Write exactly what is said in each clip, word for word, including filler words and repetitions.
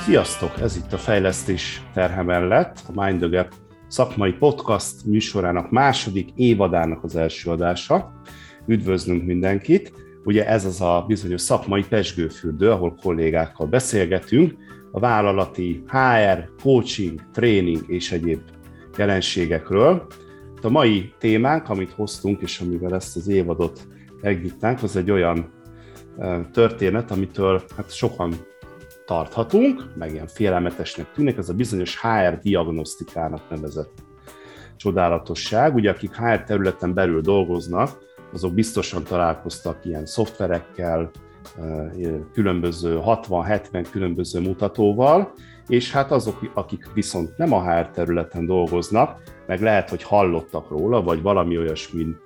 Sziasztok! Ez itt a Fejlesztés terhe mellett, a Mind the Gap szakmai podcast műsorának második évadának az első adása. Üdvözlünk mindenkit! Ugye ez az a bizonyos szakmai pezsgőfürdő, ahol kollégákkal beszélgetünk a vállalati há er, coaching, tréning és egyéb jelenségekről. A mai témánk, amit hoztunk, és amivel ezt az évadot megnyitnánk, az egy olyan történet, amitől hát sokan tarthatunk, meg ilyen félelmetesnek tűnik, ez a bizonyos há er diagnosztikának nevezett csodálatosság. Ugye akik há er területen belül dolgoznak, azok biztosan találkoztak ilyen szoftverekkel, különböző hatvan-hetven különböző mutatóval, és hát azok, akik viszont nem a há er területen dolgoznak, meg lehet, hogy hallottak róla, vagy valami olyasmin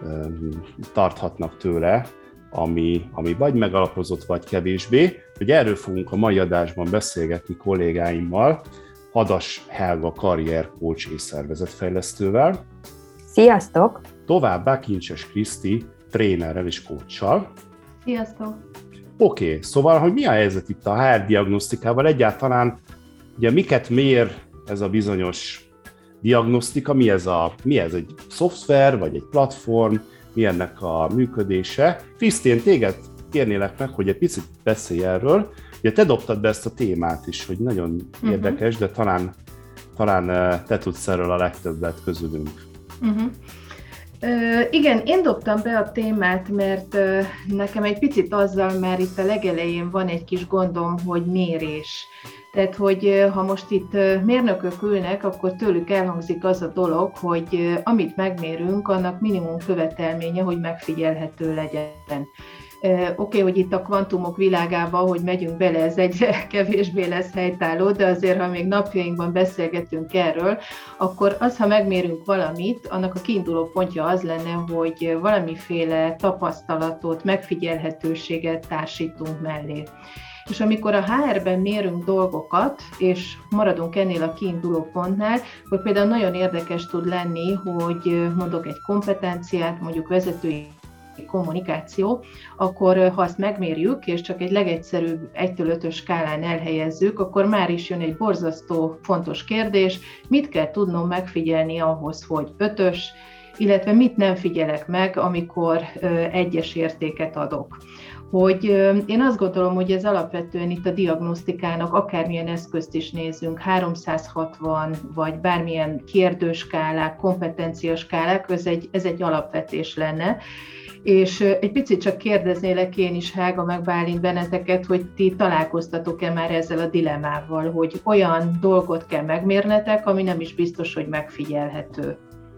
tarthatnak tőle, ami, ami vagy megalapozott, vagy kevésbé. Hogy erről fogunk a mai adásban beszélgetni kollégáimmal, Hadas Helga karriercoach és szervezetfejlesztővel. Sziasztok! Továbbá Kincses Kriszti trénerrel és coachsal. Sziasztok! Oké, okay, szóval, hogy mi a helyzet itt a há er diagnosztikával? Egyáltalán ugye miket mér ez a bizonyos diagnosztika? Mi ez, a, mi ez egy szoftver, vagy egy platform? Mi ennek a működése? Kriszti, én téged kérnélek meg, hogy egy picit beszélj erről. Ugye te dobtad be ezt a témát is, hogy nagyon uh-huh. érdekes, de talán, talán te tudsz erről a legtöbbet közülünk. Uh-huh. Uh, igen, én dobtam be a témát, mert uh, nekem egy picit azzal, mert itt a legelején van egy kis gondom, hogy mérés. Tehát, hogy ha most itt mérnökök ülnek, akkor tőlük elhangzik az a dolog, hogy amit megmérünk, annak minimum követelménye, hogy megfigyelhető legyen. Oké, okay, hogy itt a kvantumok világában, hogy megyünk bele, ez egyre kevésbé lesz helytálló, de azért, ha még napjainkban beszélgetünk erről, akkor az, ha megmérünk valamit, annak a kiinduló pontja az lenne, hogy valamiféle tapasztalatot, megfigyelhetőséget társítunk mellé. És amikor a há erben mérünk dolgokat, és maradunk ennél a kiinduló pontnál, akkor például nagyon érdekes tud lenni, hogy mondok egy kompetenciát, mondjuk vezetői kommunikáció, akkor ha azt megmérjük, és csak egy legegyszerűbb egytől ötös skálán elhelyezzük, akkor már is jön egy borzasztó fontos kérdés, mit kell tudnom megfigyelni ahhoz, hogy ötös, illetve mit nem figyelek meg, amikor egyes értéket adok. Hogy én azt gondolom, hogy ez alapvetően itt a diagnosztikának, akármilyen eszközt is nézzünk, háromszázhatvan vagy bármilyen kérdőskálák, kompetenciaskálák, ez egy, ez egy alapvetés lenne. És egy picit csak kérdeznélek én is, Helga, meg Bálint benneteket, hogy ti találkoztatok-e már ezzel a dilemmával, hogy olyan dolgot kell megmérnetek, ami nem is biztos, hogy megfigyelhető.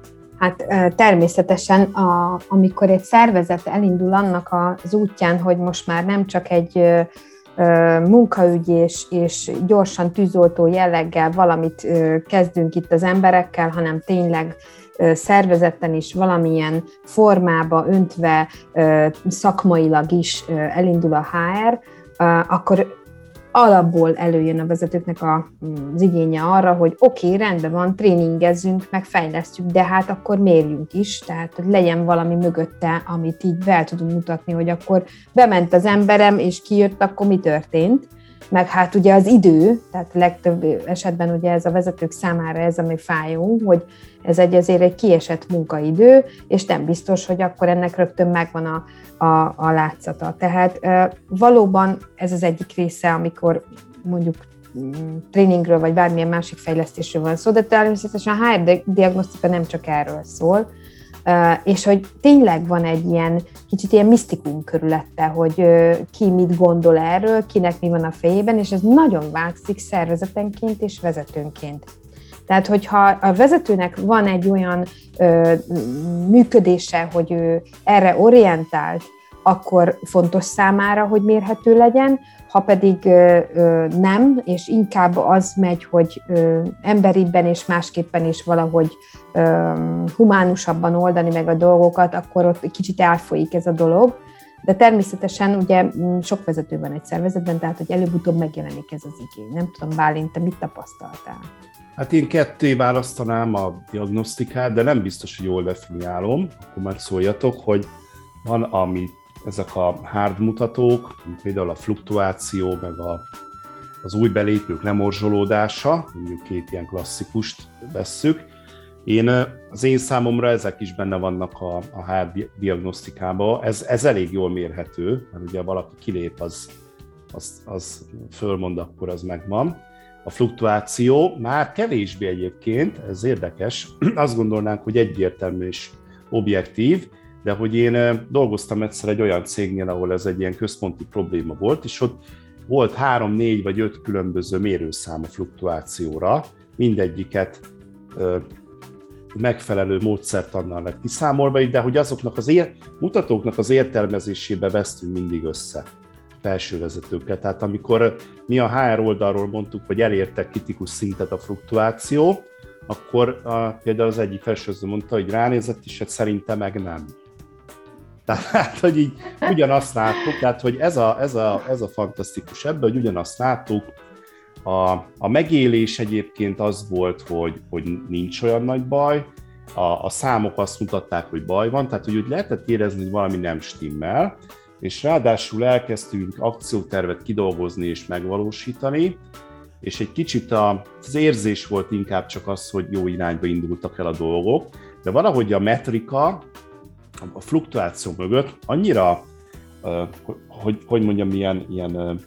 Hát természetesen, a, amikor egy szervezet elindul annak az útján, hogy most már nem csak egy ö, ö, munkaügy és, és gyorsan tűzoltó jelleggel valamit ö, kezdünk itt az emberekkel, hanem tényleg ö, szervezetten is valamilyen formába öntve ö, szakmailag is ö, elindul a há er, ö, akkor alapból előjön a vezetőknek az igénye arra, hogy oké, okay, rendben van, tréningezzünk, meg fejlesztjük, de hát akkor mérjünk is, tehát hogy legyen valami mögötte, amit így be tudunk mutatni, hogy akkor bement az emberem, és kijött, akkor mi történt. Meg hát ugye az idő, tehát legtöbb esetben ugye ez a vezetők számára ez, ami fájó, hogy ez egy azért egy kiesett munkaidő, és nem biztos, hogy akkor ennek rögtön megvan a, a, a látszata. Tehát e, valóban ez az egyik része, amikor mondjuk tréningről, vagy bármilyen másik fejlesztésről van szó, de természetesen a há er diagnosztika nem csak erről szól, és hogy tényleg van egy ilyen kicsit ilyen misztikum körülötte, hogy ki mit gondol erről, kinek mi van a fejében, és ez nagyon változik szervezetenként és vezetőnként. Tehát, hogyha a vezetőnek van egy olyan ö, működése, hogy ő erre orientált, akkor fontos számára, hogy mérhető legyen, ha pedig ö, ö, nem, és inkább az megy, hogy ö, emberibben és másképpen is valahogy ö, humánusabban oldani meg a dolgokat, akkor ott kicsit elfolyik ez a dolog. De természetesen ugye sok vezető van egy szervezetben, tehát hogy előbb-utóbb megjelenik ez az igény. Nem tudom, Bálint, te mit tapasztaltál? Hát én ketté választanám a diagnosztikát, de nem biztos, hogy jól definiálom, akkor már szóljatok, hogy van, ami ezek a hard mutatók, mint például a fluktuáció, meg a az új belépők lemorzsolódása, mondjuk két ilyen klasszikust vesszük. Én, az én számomra ezek is benne vannak a, a há er diagnosztikában. Ez, ez elég jól mérhető, mert ugye valaki kilép, az, az, az fölmond, akkor az megvan. A fluktuáció már kevésbé egyébként, ez érdekes, azt gondolnánk, hogy egyértelmű és objektív, de hogy én dolgoztam egyszer egy olyan cégnél, ahol ez egy ilyen központi probléma volt, és ott volt három, négy vagy öt különböző mérőszám a fluktuációra, mindegyiket ö, megfelelő módszertannal lett kiszámolva, de hogy azoknak az ér, mutatóknak az értelmezésébe vesztünk mindig össze felső vezetőkkel. Tehát amikor mi a há er oldalról mondtuk, hogy elértek kritikus szintet a fluktuáció, akkor a, például az egyik felsőző mondta, hogy ránézett, és hát szerintem meg nem. Tehát, hogy így ugyanazt láttuk, tehát, hogy ez a, ez a, ez a fantasztikus ebben, hogy ugyanazt láttuk. A, a megélés egyébként az volt, hogy, hogy nincs olyan nagy baj, a, a számok azt mutatták, hogy baj van, tehát hogy úgy lehetett érezni, hogy valami nem stimmel, és ráadásul elkezdtünk akciótervet kidolgozni és megvalósítani, és egy kicsit az érzés volt inkább csak az, hogy jó irányba indultak el a dolgok, de valahogy a metrika, a fluktuáció mögött annyira, hogy, hogy mondjam, ilyen, ilyen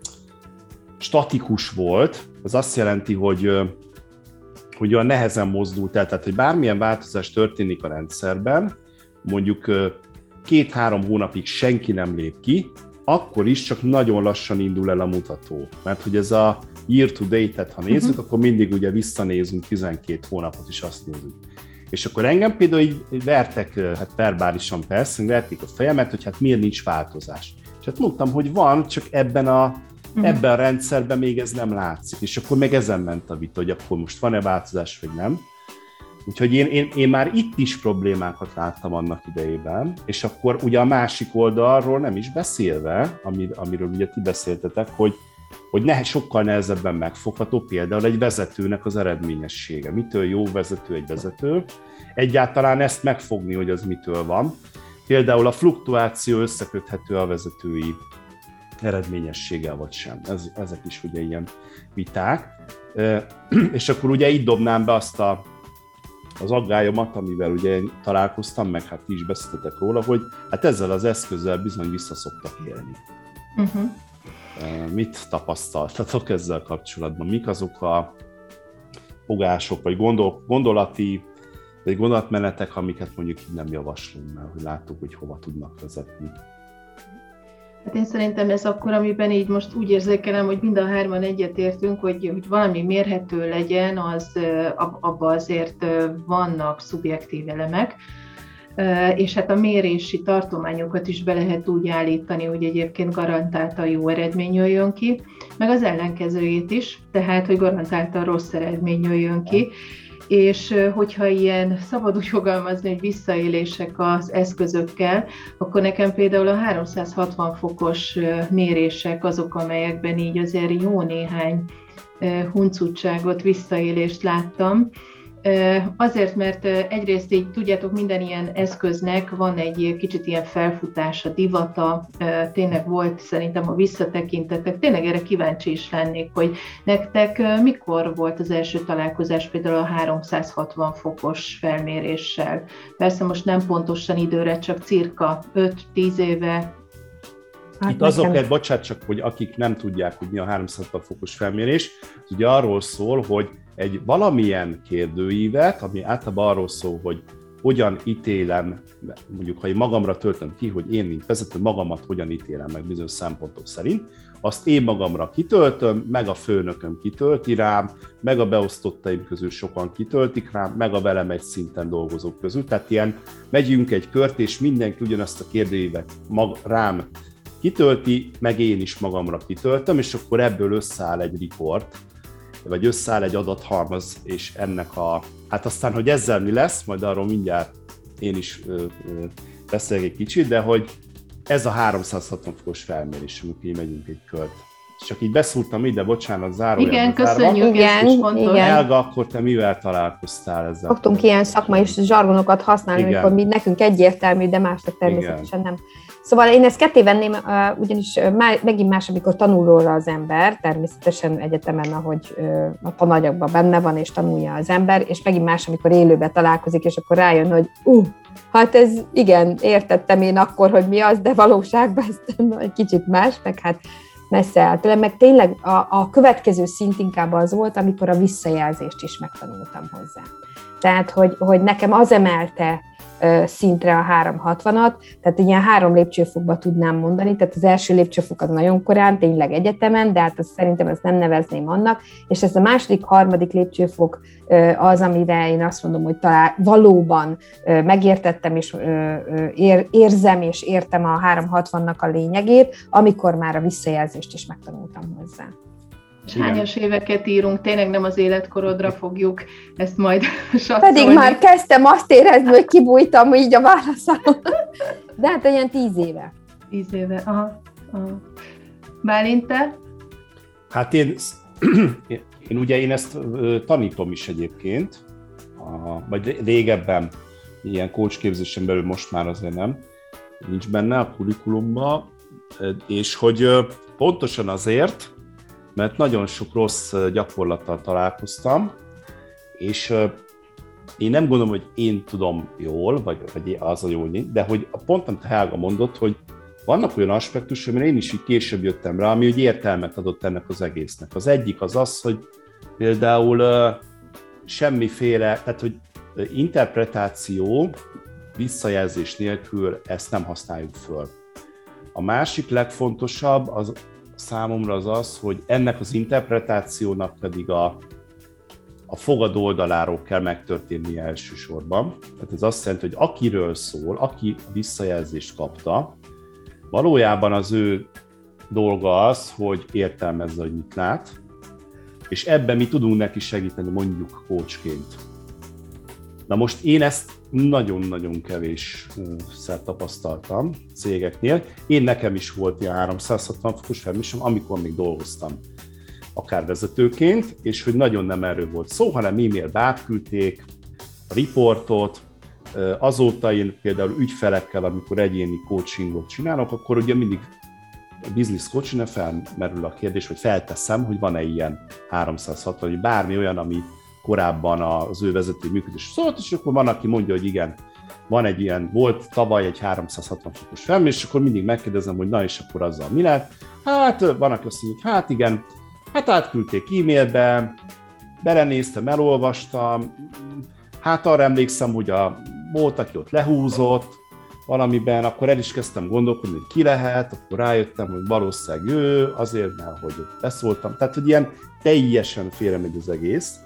statikus volt, az azt jelenti, hogy, hogy olyan nehezen mozdult el, tehát hogy bármilyen változás történik a rendszerben, mondjuk két-három hónapig senki nem lép ki, akkor is csak nagyon lassan indul el a mutató. Mert hogy ez a year to date-et, ha nézzük, uh-huh. akkor mindig ugye visszanézünk tizenkét hónapot, is azt nézzük. És akkor engem például így vertek, hát verbálisan persze, verték a fejemet, hogy hát miért nincs változás. És hát mondtam, hogy van, csak ebben a, uh-huh. ebben a rendszerben még ez nem látszik. És akkor meg ezen ment a vita, hogy akkor most van-e változás, vagy nem. Úgyhogy én, én, én már itt is problémákat láttam annak idejében, és akkor ugye a másik oldalról nem is beszélve, amir, amiről ugye ti beszéltetek, hogy, hogy ne, sokkal nehezebben megfogható például egy vezetőnek az eredményessége. Mitől jó vezető egy vezető? Egyáltalán ezt megfogni, hogy az mitől van. Például a fluktuáció összeköthető a vezetői eredményességgel vagy sem. Ez, ezek is ugye ilyen viták. E, és akkor ugye itt dobnám be azt a az aggályomat, amivel ugye én találkoztam, meg hát ti is beszéltetek róla, hogy hát ezzel az eszközzel bizony vissza szoktak élni. Uh-huh. Mit tapasztaltatok ezzel kapcsolatban? Mik azok a fogások, vagy gondol, gondolati, vagy gondolatmenetek, amiket mondjuk így nem javaslunk, mert hogy láttuk, hogy hova tudnak vezetni? Hát én szerintem ez akkor, amiben így most úgy érzékelem, hogy mind a hárman egyetértünk, hogy, hogy valami mérhető legyen, az abban azért vannak szubjektív elemek, és hát a mérési tartományokat is be lehet úgy állítani, hogy egyébként garantáltan jó eredmény jöjjön ki, meg az ellenkezőjét is, tehát hogy garantáltan rossz eredmény jöjjön ki. És hogyha ilyen szabad úgy fogalmazni, hogy visszaélések az eszközökkel, akkor nekem például a háromszázhatvan fokos mérések azok, amelyekben így azért jó néhány huncutságot, visszaélést láttam. Azért, mert egyrészt így tudjátok, minden ilyen eszköznek van egy kicsit ilyen felfutása, divata, tényleg volt szerintem, a visszatekintetek, tényleg erre kíváncsi is lennék, hogy nektek mikor volt az első találkozás például a háromszázhatvan fokos felméréssel. Persze most nem pontosan időre, csak cirka öt-tíz éve. Hát itt azokért, bocsánat, csak hogy akik nem tudják, hogy mi a háromszázhatvan fokos felmérés, az ugye arról szól, hogy egy valamilyen kérdőívet, ami általában arról szól, hogy hogyan ítélem, mondjuk ha én magamra töltöm ki, hogy én, mint vezető, magamat hogyan ítélem meg bizonyos szempontok szerint, azt én magamra kitöltöm, meg a főnököm kitölti rám, meg a beosztottaim közül sokan kitöltik rám, meg a velem egy szinten dolgozók közül. Tehát ilyen megyünk egy kört, és mindenki ugyanazt a kérdőívet mag, rám kitölti, meg én is magamra kitöltöm, és akkor ebből összeáll egy report, vagy összeáll egy adathalmaz, és ennek a... Hát aztán, hogy ezzel mi lesz, majd arról mindjárt én is ö, ö, beszélek egy kicsit, de hogy ez a háromszázhatvan fokos felmérés, amikor így megyünk egy kört. Csak így beszúrtam ide, bocsánat, zárójelben. Igen, köszönjük, igen, ez fontos. igen. Helga, akkor te mivel találkoztál ezzel? Szoktunk ilyen szakmai zsargonokat használni, igen. amikor mi nekünk egyértelmű, de másnak természetesen igen. nem. Szóval én ezt ketté venném, ugyanis megint más, amikor tanul róla az ember, természetesen egyetemen, ahogy a tananyagban benne van, és tanulja az ember, és megint más, amikor élőben találkozik, és akkor rájön, hogy uh, hát ez igen, értettem én akkor, hogy mi az, de valóságban ez egy kicsit más, meg hát messze áll tőle, meg tényleg a, a következő szint inkább az volt, amikor a visszajelzést is megtanultam hozzá. Tehát, hogy, hogy nekem az emelte szintre a háromszázhatvanat, tehát ilyen három lépcsőfokba tudnám mondani, tehát az első lépcsőfok az nagyon korán, tényleg egyetemen, de hát az, szerintem ezt nem nevezném annak, és ez a második, harmadik lépcsőfok az, amire én azt mondom, hogy talán valóban megértettem, és ér, érzem, és értem a háromszázhatvannak a lényegét, amikor már a visszajelzést is megtanultam hozzá. És hányas éveket írunk, tényleg nem az életkorodra fogjuk ezt majd satszolni. Pedig már kezdtem azt érezni, hogy kibújtam így a válaszom. De hát olyan tíz éve. Tíz éve, aha. aha. Bálint, te? Hát én, én ugye én ezt tanítom is egyébként, vagy régebben ilyen coachképzésen belül, most már azért nem, nincs benne a kurikulumban, és hogy pontosan azért, mert nagyon sok rossz gyakorlattal találkoztam, és én nem gondolom, hogy én tudom jól, vagy, vagy az a jó, de hogy pont amit Helga mondott, hogy vannak olyan aspektusok, amire én is így később jöttem rá, ami úgy értelmet adott ennek az egésznek. Az egyik az az, hogy például semmiféle, tehát hogy interpretáció, visszajelzés nélkül ezt nem használjuk föl. A másik legfontosabb az számomra az az, hogy ennek az interpretációnak pedig a, a fogadó oldaláról kell megtörténnie elsősorban. Tehát ez azt jelenti, hogy akiről szól, aki a visszajelzést kapta, valójában az ő dolga az, hogy értelmezze, hogy mit lát, és ebben mi tudunk neki segíteni, mondjuk coachként. Na most én ezt nagyon-nagyon kevésszer tapasztaltam cégeknél. Én nekem is volt ilyen háromszázhatvan fokos felmérésim, amikor még dolgoztam akár vezetőként, és hogy nagyon nem erről volt szó, hanem e-mailbe átküldték a riportot. Azóta én például ügyfelekkel, amikor egyéni coachingot csinálok, akkor ugye mindig a business coachingnál felmerül a kérdés, vagy felteszem, hogy van-e ilyen háromszázhatvan, vagy bármi olyan, ami korábban az ő vezető működés szólt, és akkor van, aki mondja, hogy igen, van egy ilyen, volt tavaly egy háromszázhatvan fokos felmérés, és akkor mindig megkérdezem, hogy na és akkor azzal mi lett? Hát van, aki azt mondja, hogy hát igen, hát átküldték e-mailbe, belenéztem, elolvastam, hát arra emlékszem, hogy a, volt, aki ott lehúzott valamiben, akkor el is kezdtem gondolkodni, hogy ki lehet, akkor rájöttem, hogy valószínűleg ő, azért, mert hogy beszóltam. Tehát, hogy ilyen teljesen félremegy az egész.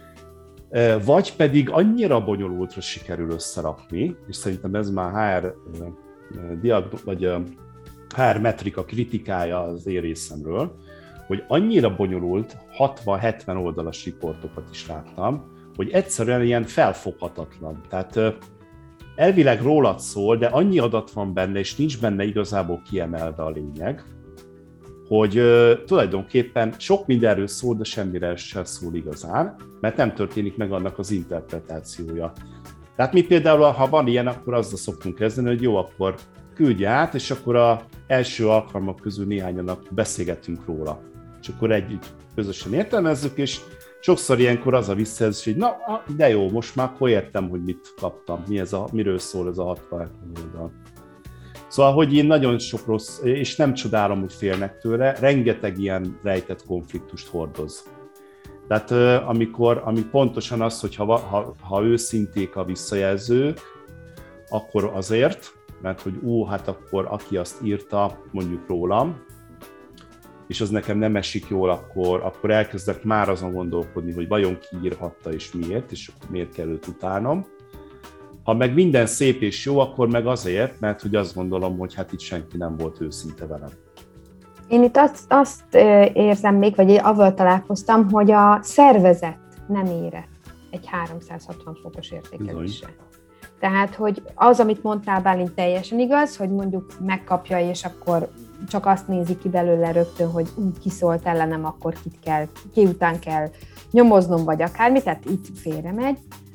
Vagy pedig annyira bonyolultra sikerül összerakni, és szerintem ez már há er, diagno- vagy há er metrika kritikája az én részemről, hogy annyira bonyolult, hatvan-hetven oldalas riportokat is láttam, hogy egyszerűen ilyen felfoghatatlan. Tehát elvileg rólad szól, de annyi adat van benne, és nincs benne igazából kiemelve a lényeg, hogy uh, tulajdonképpen sok mindenről szól, de semmire sem szól igazán, mert nem történik meg annak az interpretációja. Tehát mi például, ha van ilyen, akkor azzal szoktunk kezdeni, hogy jó, akkor küldje át, és akkor az első alkalmak közül néhányanak beszélgetünk róla. És akkor együtt közösen értelmezzük, és sokszor ilyenkor az a visszajelzés, hogy na, de jó, most már akkor értem, hogy mit kaptam, mi ez a, miről szól ez a hatvan oldal. Szóval, hogy én nagyon sok rossz, és nem csodálom, hogy félnek tőle, rengeteg ilyen rejtett konfliktust hordoz. Tehát amikor, ami pontosan az, hogy ha, ha, ha őszinték a visszajelzők, akkor azért, mert hogy ú, hát akkor aki azt írta, mondjuk rólam, és az nekem nem esik jól, akkor, akkor elkezdek már azon gondolkodni, hogy vajon ki írhatta és miért, és akkor miért kell őt utálnom. Ha meg minden szép és jó, akkor meg azért, mert hogy azt gondolom, hogy hát itt senki nem volt őszinte velem. Én itt azt, azt érzem még, vagy avval találkoztam, hogy a szervezet nem érett egy háromszázhatvan fokos értékelésre. Tehát, hogy az, amit mondtál, Bálint, teljesen igaz, hogy mondjuk megkapja, és akkor csak azt nézi ki belőle rögtön, hogy úgy kiszólt ellenem, akkor kit kell, ki után kell nyomoznom, vagy akármi, tehát itt félremegy.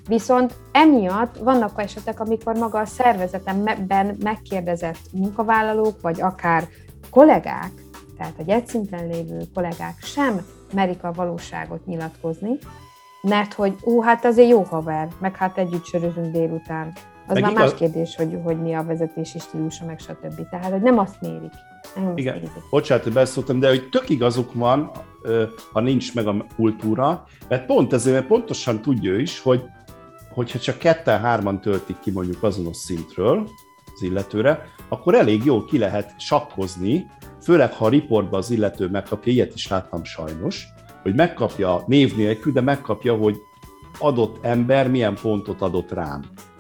Viszont emiatt vannak esetek, amikor maga a szervezetemben megkérdezett munkavállalók, vagy akár kollégák, tehát a gyerszinten lévő kollégák sem merik a valóságot nyilatkozni, mert hogy ú, hát azért jó haver, meg hát együtt sörözünk délután. Az meg már igaz... más kérdés, hogy, hogy mi a vezetési stílusa, meg stb. Tehát, hogy nem azt mérik. Nem azt Igen, mérik. bocsánat, hogy beszóltam, de hogy tök igazuk van, ha nincs meg a kultúra, mert pont ezért, mert pontosan tudja ő is, hogy hogyha csak ketten-hárman töltik ki mondjuk azonos szintről az illetőre, akkor elég jól ki lehet sakkozni, főleg ha a riportban az illető megkapja, ilyet is láttam sajnos, hogy megkapja név nélkül, de megkapja, hogy adott ember milyen pontot adott rám.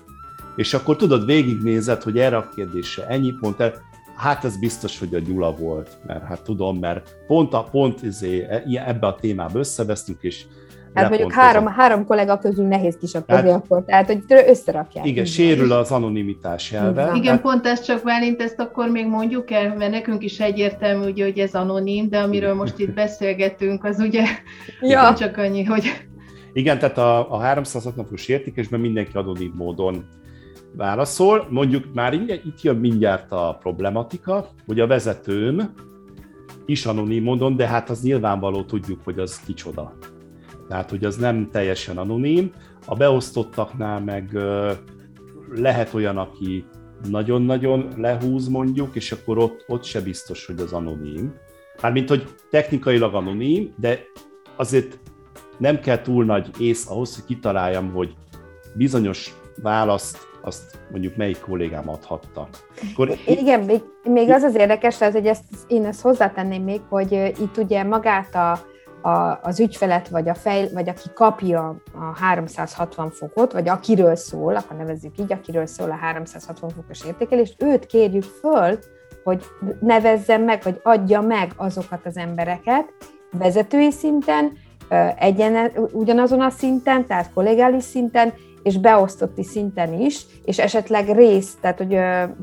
És akkor tudod, végignézed, hogy erre a kérdésre ennyi pont, el, hát ez biztos, hogy a Gyula volt, mert hát tudom, mert pont, a, pont izé, ebbe a témába összevesztünk, és hát mondjuk három, három kollega közül nehéz kisakkozni hát, akkor, tehát hogy összerakják. Igen, sérül az anonimitás elve. Igen, hát, pont ezt csak Bálint, ezt akkor még mondjuk el, mert nekünk is egyértelmű, ugye, hogy ez anonim, de amiről most itt beszélgetünk, az ugye ja. csak annyi, hogy... Igen, tehát a, a háromszázhatvan fokos értékelésben mindenki anonim módon válaszol. Mondjuk már itt jön mindjárt a problematika, hogy a vezetőm is anonim módon, de hát az nyilvánvaló, tudjuk, hogy az kicsoda. Tehát, hogy az nem teljesen anonim. A beosztottaknál meg uh, lehet olyan, aki nagyon-nagyon lehúz mondjuk, és akkor ott, ott se biztos, hogy az anonim. Mármint, hogy technikailag anonim, de azért nem kell túl nagy ész ahhoz, hogy kitaláljam, hogy bizonyos választ azt mondjuk melyik kollégám adhatta. Akkor igen, még, még az az érdekes, hogy ezt, én ezt hozzátenném még, hogy itt ugye magát a A, az ügyfelet, vagy, a fej, vagy aki kapja a háromszázhatvan fokot, vagy akiről szól, akkor nevezzük így, akiről szól a háromszázhatvan fokos értékelés, őt kérjük föl, hogy nevezzen meg, vagy adja meg azokat az embereket vezetői szinten, egyen, ugyanazon a szinten, tehát kollégális szinten, és beosztotti szinten is, és esetleg rész, tehát hogy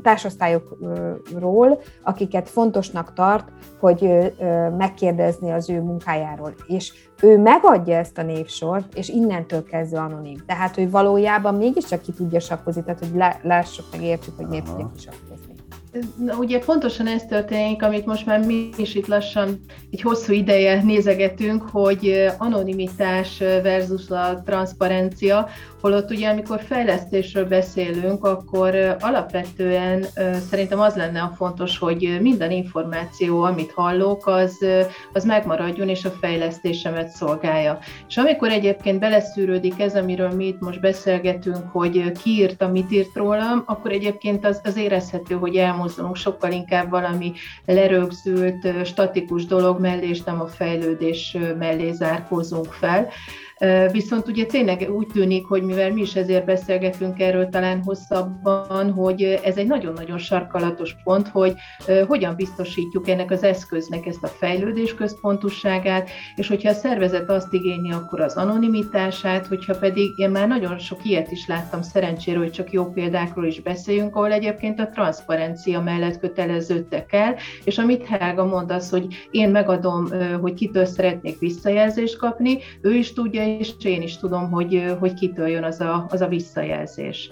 társosztályokról, akiket fontosnak tart, hogy megkérdezni az ő munkájáról. És ő megadja ezt a névsort, és innentől kezdve anonim. Tehát, hogy valójában mégiscsak ki tudja sakkozni, tehát hogy lássuk meg, értjük, hogy miért tudja kisakkozni. Na, ugye pontosan ez történik, amit most már mi is itt lassan egy hosszú ideje nézegetünk, hogy anonimitás versus a transzparencia, holott ugye amikor fejlesztésről beszélünk, akkor alapvetően szerintem az lenne a fontos, hogy minden információ, amit hallok, az, az megmaradjon és a fejlesztésemet szolgálja. És amikor egyébként beleszűrődik ez, amiről mi itt most beszélgetünk, hogy ki írta, mit írt rólam, akkor egyébként az, az érezhető, hogy elmozdulunk sokkal inkább valami lerögzült, statikus dolog mellé, és nem a fejlődés mellé zárkózunk fel. Viszont ugye tényleg úgy tűnik, hogy mivel mi is ezért beszélgetünk erről talán hosszabban, hogy ez egy nagyon-nagyon sarkalatos pont, hogy hogyan biztosítjuk ennek az eszköznek ezt a fejlődés központúságát, és hogyha a szervezet azt igényli, akkor az anonimitását, hogyha pedig én már nagyon sok ilyet is láttam szerencsére, hogy csak jó példákról is beszéljünk, ahol egyébként a transzparencia mellett köteleződtek el, és amit Helga mond az, hogy én megadom, hogy kitől szeretnék visszajelzést kapni, ő is tudja, és én is tudom, hogy, hogy kitől jön az a, az a visszajelzés.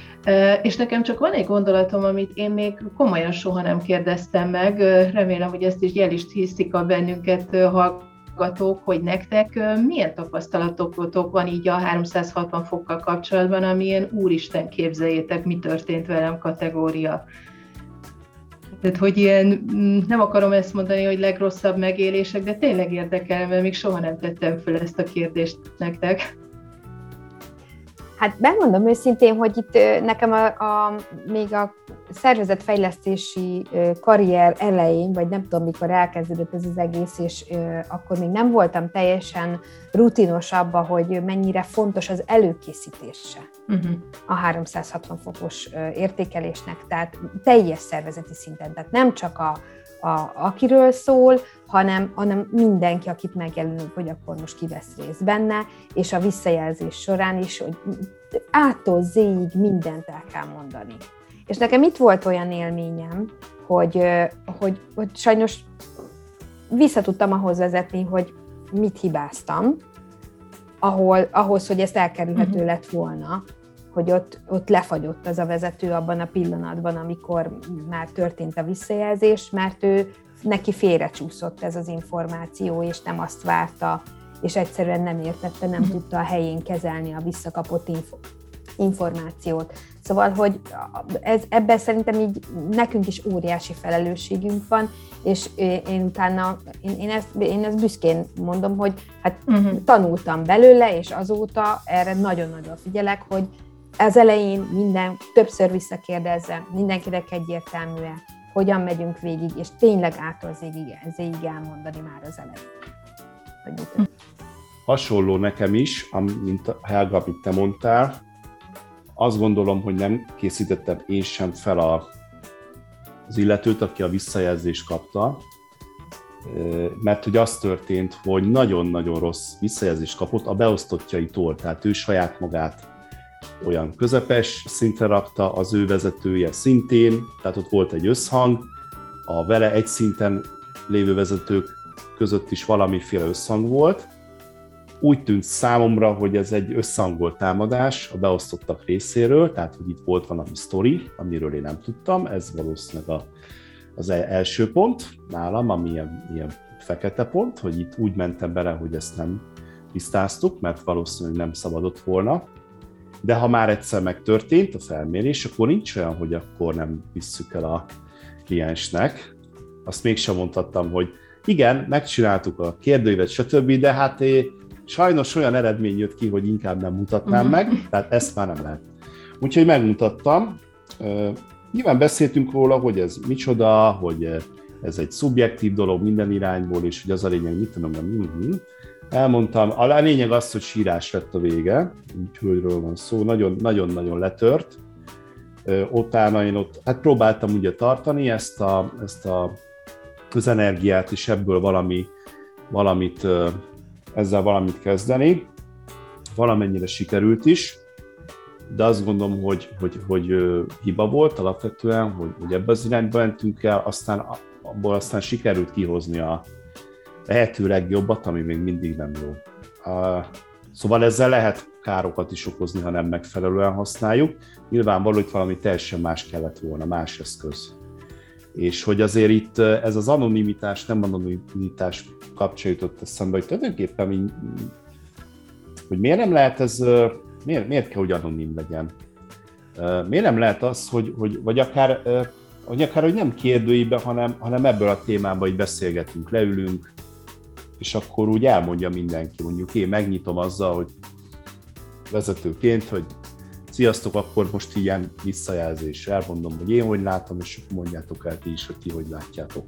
És nekem csak van egy gondolatom, amit én még komolyan soha nem kérdeztem meg, remélem, hogy ezt is el is hiszik a bennünket hallgatók, hogy nektek milyen tapasztalatotok van így a háromszázhatvan fokkal kapcsolatban, ami ilyen úristen, képzeljétek, mi történt velem kategória. Tehát, hogy ilyen, nem akarom ezt mondani, hogy legrosszabb megélések, de tényleg érdekel, mert még soha nem tettem fel ezt a kérdést nektek. Hát megmondom őszintén, hogy itt nekem a, a, még a szervezetfejlesztési karrier elején, vagy nem tudom, mikor elkezdődött ez az egész, és akkor még nem voltam teljesen rutinos abba, hogy mennyire fontos az előkészítése uh-huh. a háromszázhatvan fokos értékelésnek, tehát teljes szervezeti szinten, tehát nem csak a, a, akiről szól, hanem, hanem mindenki, akit megjelölünk, hogy akkor most ki vesz részt benne, és a visszajelzés során is, hogy A-tól Z-ig mindent el kell mondani. És nekem itt volt olyan élményem, hogy, hogy, hogy sajnos vissza tudtam ahhoz vezetni, hogy mit hibáztam, ahol, ahhoz, hogy ezt elkerülhető lett volna, hogy ott, ott lefagyott az a vezető abban a pillanatban, amikor már történt a visszajelzés, mert ő neki félrecsúszott ez az információ, és nem azt várta, és egyszerűen nem értette, nem tudta a helyén kezelni a visszakapott info- információt. Szóval, hogy ez, ebben szerintem így nekünk is óriási felelősségünk van, és én utána, én, én, ezt, én ezt büszkén mondom, hogy hát uh-huh. tanultam belőle, és azóta erre nagyon-nagyon figyelek, hogy az elején minden, többször visszakérdezzem, mindenkinek egyértelműen, hogyan megyünk végig, és tényleg ától zégig elmondani már az elején. Hogy mit. Hasonló nekem is, mint Helga, amit te mondtál. Azt gondolom, hogy nem készítettem én sem fel a, az illetőt, aki a visszajelzést kapta, mert hogy az történt, hogy nagyon-nagyon rossz visszajelzést kapott a beosztottjaitól, tehát ő saját magát olyan közepes szintre rakta, az ő vezetője szintén, tehát ott volt egy összhang, a vele egy szinten lévő vezetők között is valamiféle összhang volt. Úgy tűnt számomra, hogy ez egy összhangolt támadás a beosztottak részéről, tehát hogy itt volt valami sztori, amiről én nem tudtam, ez valószínűleg a, az első pont nálam, ami ilyen, ilyen fekete pont, hogy itt úgy mentem bele, hogy ezt nem tisztáztuk, mert valószínűleg nem szabadott volna. De ha már egyszer megtörtént a felmérés, akkor nincs olyan, hogy akkor nem visszük el a kliensnek. Azt mégsem mondhattam, hogy igen, megcsináltuk a kérdőívet, stb., de hát sajnos olyan eredmény jött ki, hogy inkább nem mutatnám uh-huh. meg, tehát ezt már nem lehet. Úgyhogy megmutattam. Nyilván beszéltünk róla, hogy ez micsoda, hogy ez egy szubjektív dolog minden irányból, és hogy az a lényeg, mit tudom, hogy elmondtam. A lényeg az, hogy sírás lett a vége, úgyhogy van szó, nagyon-nagyon letört. Utána én ott, hát próbáltam ugye tartani ezt a, ezt a közenergiát, és ebből valami, valamit, ezzel valamit kezdeni. Valamennyire sikerült is, de azt gondolom, hogy, hogy, hogy hiba volt alapvetően, hogy, hogy ebbe az irányba mentünk el, aztán abból aztán sikerült kihozni a lehető legjobbat, ami még mindig nem jó. Szóval ezzel lehet károkat is okozni, ha nem megfelelően használjuk. Nyilvánvaló, hogy valami teljesen más kellett volna, más eszköz. És hogy azért itt ez az anonimitás, nem anonimitás kapcsán jutott eszembe, hogy tulajdonképpen, hogy miért nem lehet ez, miért, miért kell, hogy anonim legyen? Miért nem lehet az, hogy, hogy vagy akár, vagy akár hogy nem kérdőibe, hanem, hanem ebből a témában így beszélgetünk, leülünk, és akkor úgy elmondja mindenki, mondjuk én megnyitom azzal, hogy vezetőként, hogy sziasztok, akkor most ilyen visszajelzés, elmondom, hogy én hogy látom, és mondjátok el ti is, hogy ti hogy látjátok.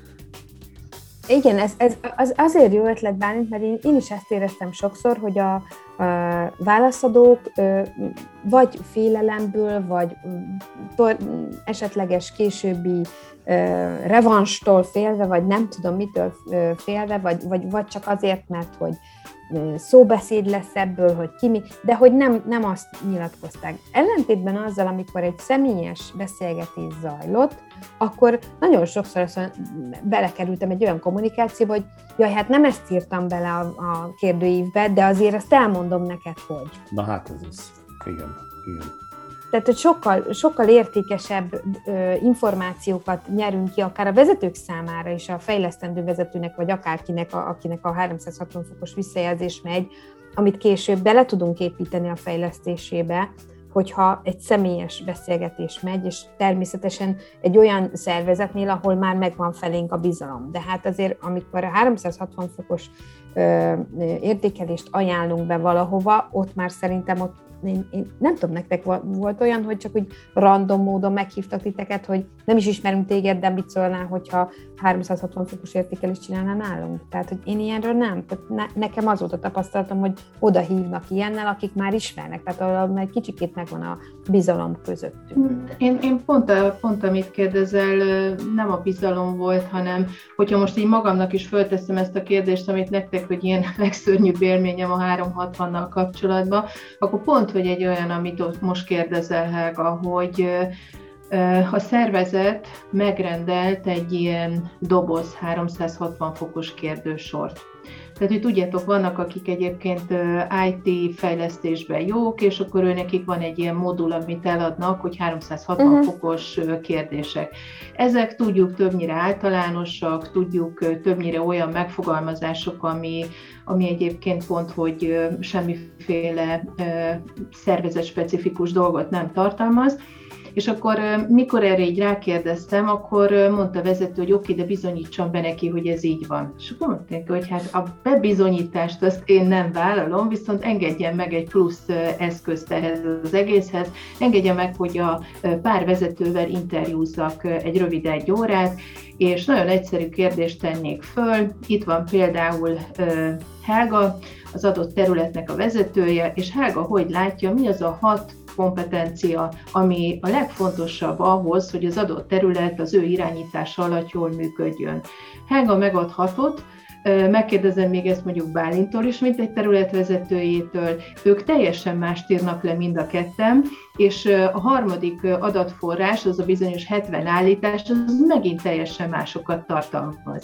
Igen, ez, ez az azért jó ötlet, Bálint, mert én, én is ezt éreztem sokszor, hogy a, a válaszadók vagy félelemből, vagy tor, esetleges későbbi revanstól félve, vagy nem tudom mitől félve, vagy, vagy, vagy csak azért, mert hogy szóbeszéd lesz ebből, hogy ki mi, de hogy nem, nem azt nyilatkozták. Ellentétben azzal, amikor egy személyes beszélgetés zajlott, akkor nagyon sokszor azt belekerültem egy olyan kommunikációba, hogy jaj, hát nem ezt írtam bele a, a kérdőívbe, de azért azt elmondom neked, hogy. Na hát ez az. Igen, igen. Tehát, hogy sokkal, sokkal értékesebb ö, információkat nyerünk ki, akár a vezetők számára is, a fejlesztendő vezetőnek, vagy akárkinek, a, akinek a háromszázhatvan fokos visszajelzés megy, amit később bele tudunk építeni a fejlesztésébe, hogyha egy személyes beszélgetés megy, és természetesen egy olyan szervezetnél, ahol már megvan felénk a bizalom. De hát azért, amikor a háromszázhatvan fokos ö, értékelést ajánlunk be valahova, ott már szerintem ott Én, én nem tudom, nektek volt olyan, hogy csak úgy random módon meghívtak titeket, hogy nem is ismerünk téged, de mit szólnál, hogyha háromszázhatvan fokos értékelést csinálnál nálunk? Tehát, hogy én ilyenről nem. Tehát ne, nekem az volt a tapasztalatom, hogy oda hívnak ilyennel, akik már ismernek, tehát ahol egy kicsikét megvan a bizalom közöttünk. Én, én pont, a, pont amit kérdezel, nem a bizalom volt, hanem hogyha most így magamnak is fölteszem ezt a kérdést, amit nektek, hogy ilyen legszörnyűbb élményem a háromszázhatvannal kapcsolatban, akkor pont, hogy egy olyan, amit most kérdezel, Helga, hogy a szervezet megrendelt egy ilyen doboz háromszázhatvan fokos kérdősort. Tehát, hogy tudjátok, vannak, akik egyébként i té fejlesztésben jók, és akkor ő nekik van egy ilyen modul, amit eladnak, hogy háromszázhatvan uh-huh. fokos kérdések. Ezek tudjuk többnyire általánosak, tudjuk többnyire olyan megfogalmazások, ami, ami egyébként pont, hogy semmiféle szervezetspecifikus dolgot nem tartalmaz. És akkor, mikor erre így rákérdeztem, akkor mondta a vezető, hogy oké, de bizonyítsam be neki, hogy ez így van. És akkor mondták, hogy hát a bebizonyítást azt én nem vállalom, viszont engedjen meg egy plusz eszközt ehhez az egészhez, engedje meg, hogy a pár vezetővel interjúzzak egy rövid egy órát, és nagyon egyszerű kérdést tennék föl. Itt van például Helga, az adott területnek a vezetője, és Helga hogy látja, mi az a hat kompetencia, ami a legfontosabb ahhoz, hogy az adott terület az ő irányítása alatt jól működjön. Helga megad hatot, megkérdezem még ezt mondjuk Bálintól is, mint egy területvezetőjétől, ők teljesen mást írnak le mind a ketten, és a harmadik adatforrás, az a bizonyos hetven állítás, az megint teljesen másokat tartalmaz.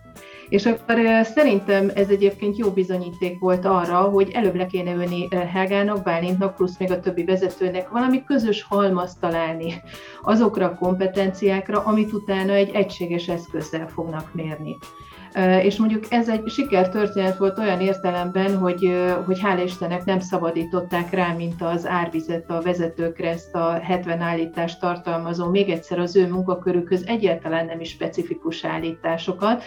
És akkor szerintem ez egyébként jó bizonyíték volt arra, hogy előbb le kéne ülni Helgának, Bálintnak, plusz még a többi vezetőnek valami közös halmazt találni azokra a kompetenciákra, amit utána egy egységes eszközzel fognak mérni. És mondjuk ez egy sikertörténet volt olyan értelemben, hogy, hogy hála Istennek nem szabadították rá, mint az árvizet a vezetőkre ezt a hetven állítást tartalmazó, még egyszer az ő munkakörükhöz egyáltalán nem is specifikus állításokat,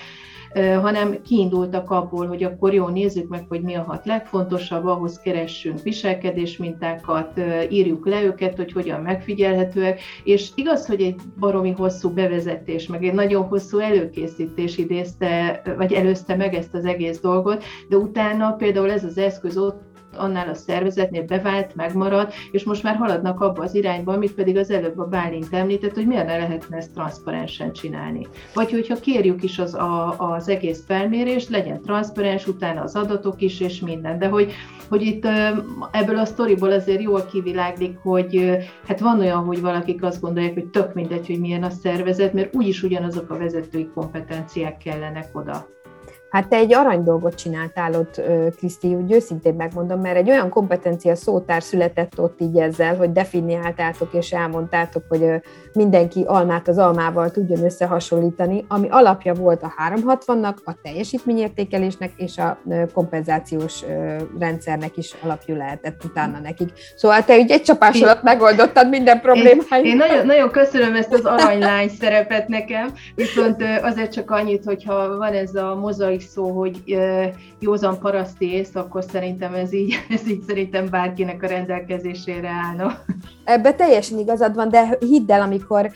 hanem kiindultak abból, hogy akkor jó, nézzük meg, hogy mi a hat legfontosabb, ahhoz keressünk viselkedésmintákat, írjuk le őket, hogy hogyan megfigyelhetőek, és igaz, hogy egy baromi hosszú bevezetés, meg egy nagyon hosszú előkészítés idézte, vagy előzte meg ezt az egész dolgot, de utána például ez az eszköz ott annál a szervezetnél bevált, megmaradt, és most már haladnak abba az irányba, amit pedig az előbb a Bálint említett, hogy miért ne lehetne ezt transzparensen csinálni. Vagy hogyha kérjük is az, a, az egész felmérést, legyen transzparens, utána az adatok is, és minden. De hogy, hogy itt ebből a sztoriból azért jól kiviláglik, hogy hát van olyan, hogy valakik azt gondolják, hogy tök mindegy, hogy milyen a szervezet, mert úgyis ugyanazok a vezetői kompetenciák kellenek oda. Hát te egy arany dolgot csináltál ott, Kriszti, úgy őszintén megmondom, mert egy olyan kompetencia szótár született ott így ezzel, hogy definiáltátok és elmondtátok, hogy mindenki almát az almával tudjon összehasonlítani, ami alapja volt a háromszázhatvannak, a teljesítményértékelésnek és a kompenzációs rendszernek is alapjú lehetett utána nekik. Szóval te úgy egy csapás alatt megoldottad minden problémáit. Én, én nagyon, nagyon köszönöm ezt az aranylány szerepet nekem, viszont azért csak annyit, hogyha van ez a mozaik szó, hogy józan paraszti ész, akkor szerintem ez így, ez így szerintem bárkinek a rendelkezésére állna. Ebben teljesen igazad van, de hidd el, amikor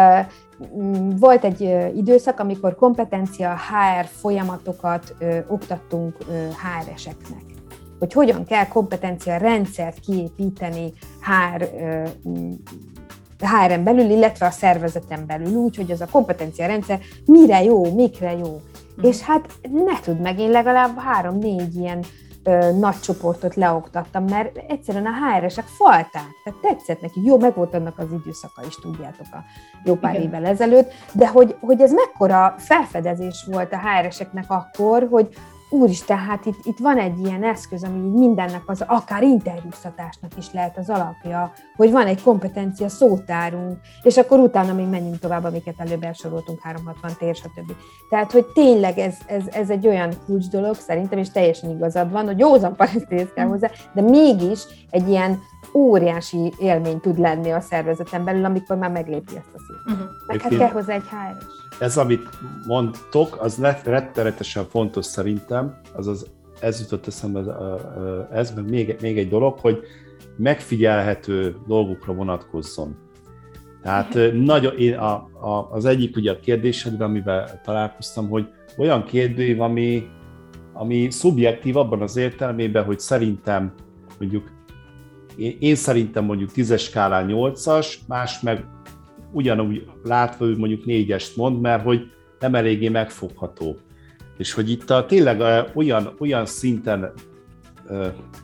uh, volt egy uh, időszak, amikor kompetencia há er folyamatokat uh, oktattunk uh, há er eseknek. Hogy hogyan kell kompetencia rendszert kiépíteni há er uh, há er-en belül, illetve a szervezeten belül, úgy, hogy az a kompetencia rendszer mire jó, mikre jó. Mm. És hát ne tudd meg, én legalább három-négy ilyen ö, nagy csoportot leoktattam, mert egyszerűen a há er-esek falták, tehát tetszett neki, jó, meg volt annak az időszaka is, tudjátok, a jó pár Igen. évvel ezelőtt, de hogy, hogy ez mekkora felfedezés volt a há er-eseknek akkor, hogy úristen, hát itt, itt van egy ilyen eszköz, ami mindennek az, akár interjúztatásnak is lehet az alapja, hogy van egy kompetencia szótárunk, és akkor utána még menjünk tovább, amiket előbb elsoroltunk, háromszázhatvan tér, stb. Tehát, hogy tényleg ez, ez, ez egy olyan kulcs dolog szerintem, és teljesen igazad van, hogy józan parasztész kell hozzá, de mégis egy ilyen óriási élmény tud lenni a szervezeten belül, amikor már meglépi ezt a szintet. Uh-huh. Meg hát kell hozzá egy há er-es. Ez, amit mondtok, az rettenetesen fontos szerintem, azaz ez jutott eszembe, ez meg még, még egy dolog, hogy megfigyelhető dolgokra vonatkozzon. Tehát nagyon, én a, a, az egyik ugye a kérdésedben, amivel találkoztam, hogy olyan kérdőív, ami, ami szubjektív abban az értelmében, hogy szerintem mondjuk, én, én szerintem mondjuk tízes skálán nyolcas, más meg ugyanúgy látva ő mondjuk négyest mond, mert hogy nem eléggé megfogható. És hogy itt a, tényleg olyan, olyan szinten ö,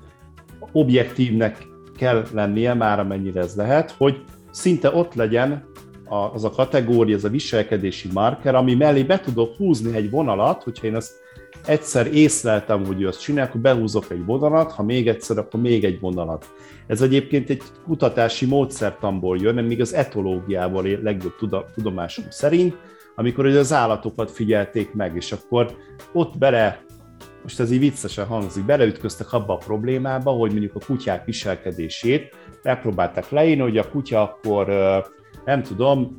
objektívnek kell lennie, már amennyire ez lehet, hogy szinte ott legyen a, az a kategória, az a viselkedési marker, ami mellé be tudok húzni egy vonalat, hogyha én azt egyszer észleltem, hogy ő azt csinál, akkor behúzok egy vonalat, ha még egyszer, akkor még egy vonalat. Ez egyébként egy kutatási módszertanból jön, még az etológiával legjobb tudomásom szerint, amikor az állatokat figyelték meg, és akkor ott bele, most ez így viccesen hangzik, beleütköztek abba a problémába, hogy mondjuk a kutyák viselkedését megpróbálták leírni, hogy a kutya akkor, nem tudom,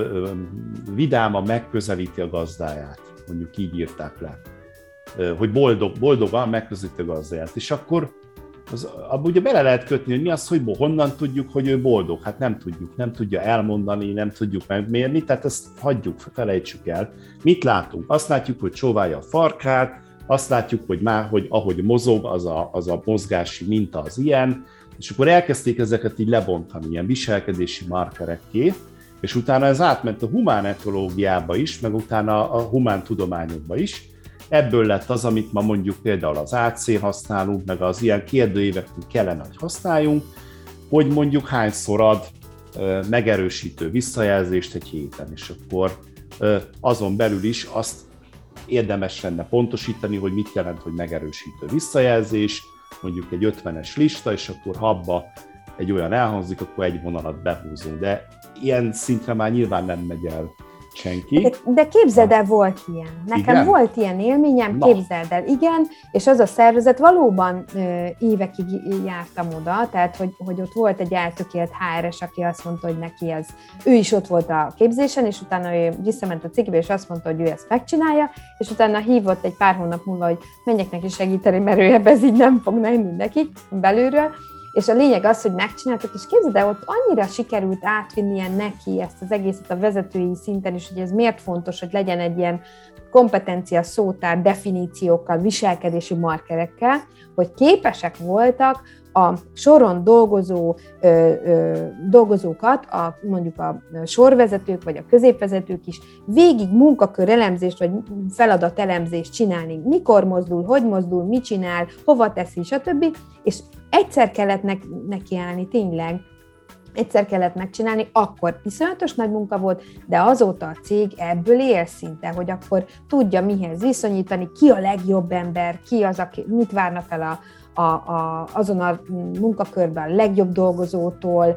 vidáman megközelíti a gazdáját, mondjuk így írták le, hogy boldog, boldogan megközelíti a gazdáját, és akkor az, abban ugye bele lehet kötni, hogy mi az, hogy honnan tudjuk, hogy ő boldog. Hát nem tudjuk, nem tudja elmondani, nem tudjuk megmérni, tehát ezt hagyjuk, felejtsük el. Mit látunk? Azt látjuk, hogy csóválja a farkát, azt látjuk, hogy már, hogy ahogy mozog, az a, az a mozgási minta az ilyen, és akkor elkezdték ezeket így lebontani, ilyen viselkedési markerekké, és utána ez átment a humán etológiába is, meg utána a humán tudományokba is. Ebből lett az, amit ma mondjuk például az á cén használunk, meg az ilyen kérdőíveknek kellene, hogy használjunk, hogy mondjuk hányszor ad megerősítő visszajelzést egy héten, és akkor azon belül is azt érdemes lenne pontosítani, hogy mit jelent, hogy megerősítő visszajelzés, mondjuk egy ötvenes lista, és akkor ha abba egy olyan elhangzik, akkor egy vonalat behúzunk, de ilyen szintre már nyilván nem megy el senki. De, de képzeld el, volt ilyen. Nekem igen? volt ilyen élményem, Na. képzeld el, igen, és az a szervezet valóban ö, évekig jártam oda, tehát hogy, hogy ott volt egy eltökélt há er es, aki azt mondta, hogy neki ez, ő is ott volt a képzésen, és utána ő visszament a cikkbe, és azt mondta, hogy ő ezt megcsinálja, és utána hívott egy pár hónap múlva, hogy menjek neki segíteni, mert ő ebbe ez így nem fog menni nekik belülről. És a lényeg az, hogy megcsináltak, és képzeld el, ott annyira sikerült átvinnie neki ezt az egészet a vezetői szinten is, hogy ez miért fontos, hogy legyen egy ilyen kompetencia szótár, definíciókkal, viselkedési markerekkel, hogy képesek voltak a soron dolgozó ö, ö, dolgozókat, a, mondjuk a sorvezetők vagy a középvezetők is végig munkakör-elemzést vagy feladatelemzést csinálni. Mikor mozdul, hogy mozdul, mit csinál, hova teszi, stb. És egyszer kellett nekiállni, tényleg, egyszer kellett megcsinálni, akkor iszonyatos nagy munka volt, de azóta a cég ebből él szinte, hogy akkor tudja mihez viszonyítani, ki a legjobb ember, ki az, aki, mit várnak el a, a, a, azon a munkakörben a legjobb dolgozótól.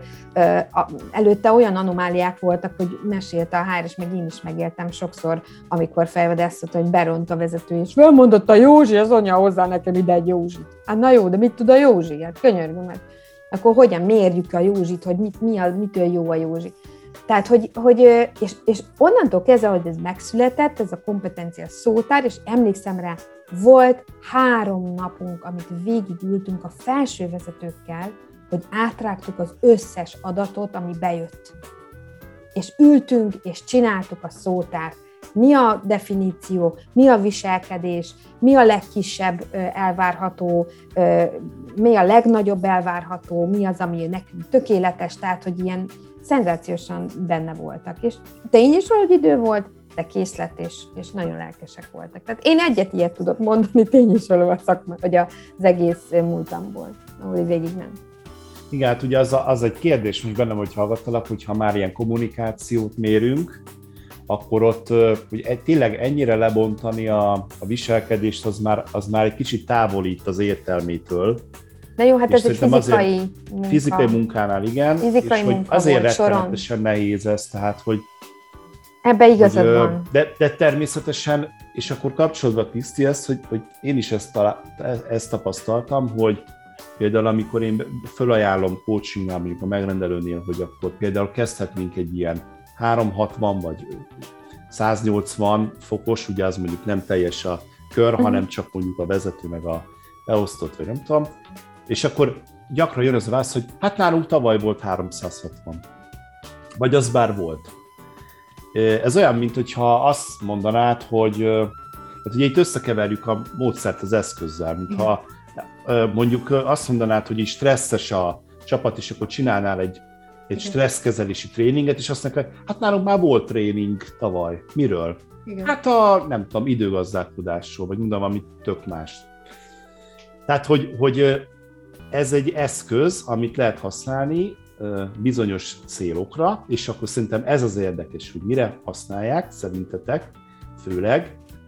Előtte olyan anomáliák voltak, hogy mesélte a há er es, meg én is megéltem sokszor, amikor felvedeztet, hogy beront a vezető, és felmondott a Józsi, az anya hozzá nekem ide egy Józsit. Hát na jó, de mit tud a Józsi? Hát könyörgöm, mert akkor hogyan mérjük a Józsit, hogy mit, mi a, mitől jó a Józsi. Tehát, hogy, hogy és, és onnantól kezdve, hogy ez megszületett, ez a kompetencia szótár, és emlékszem rá, volt három napunk, amit végigültünk a felső vezetőkkel, hogy átrágtuk az összes adatot, ami bejött. És ültünk, és csináltuk a szótárt. Mi a definíció, mi a viselkedés, mi a legkisebb elvárható, mi a legnagyobb elvárható, mi az, ami nekünk tökéletes, tehát, hogy ilyen szenzációsan benne voltak. És tény is valahogy idő volt, de készlet, és, és nagyon lelkesek voltak. Tehát én egyet ilyet tudok mondani, tény is való a szakma, vagy az egész múltamból, ahogy végig nem. Igen, hát ugye az, a, az egy kérdés, most bennem, hogy hallgattalak, hogyha már ilyen kommunikációt mérünk, akkor ott hogy tényleg ennyire lebontani a, a viselkedést, az már, az már egy kicsit távolít az értelmétől. De jó, hát ez egy fizikai munka. Fizikai munkánál, igen. Fizikai és munka hogy azért volt rettenetesen nehéz ez, tehát hogy... Ebbe igazad hogy, van. De, de természetesen, és akkor kapcsolódva Kriszti ezt, hogy, hogy én is ezt, talál, ezt tapasztaltam, hogy például amikor én fölajánlom coachingnál, mondjuk a megrendelőnél, hogy akkor például kezdhetnénk egy ilyen háromszázhatvan vagy száznyolcvan fokos, ugye az mondjuk nem teljes a kör, uh-huh. hanem csak mondjuk a vezető meg a beosztott, vagy nem tudom. És akkor gyakran jön az a válasz, hogy hát nálunk tavaly volt háromszázhatvan. Vagy az bár volt. Ez olyan, mint hogyha azt mondanád, hogy hát ugye itt összekeverjük a módszert az eszközzel, mintha mondjuk azt mondanád, hogy így stresszes a csapat, és akkor csinálnál egy, egy stresszkezelési tréninget, és azt mondják, hát nálunk már volt tréning tavaly. Miről? Igen. Hát a, nem tudom, időgazdálkodásról, vagy mondom, amit tök más. Tehát, hogy, hogy ez egy eszköz, amit lehet használni bizonyos célokra, és akkor szerintem ez az érdekes, hogy mire használják, szerintetek, főleg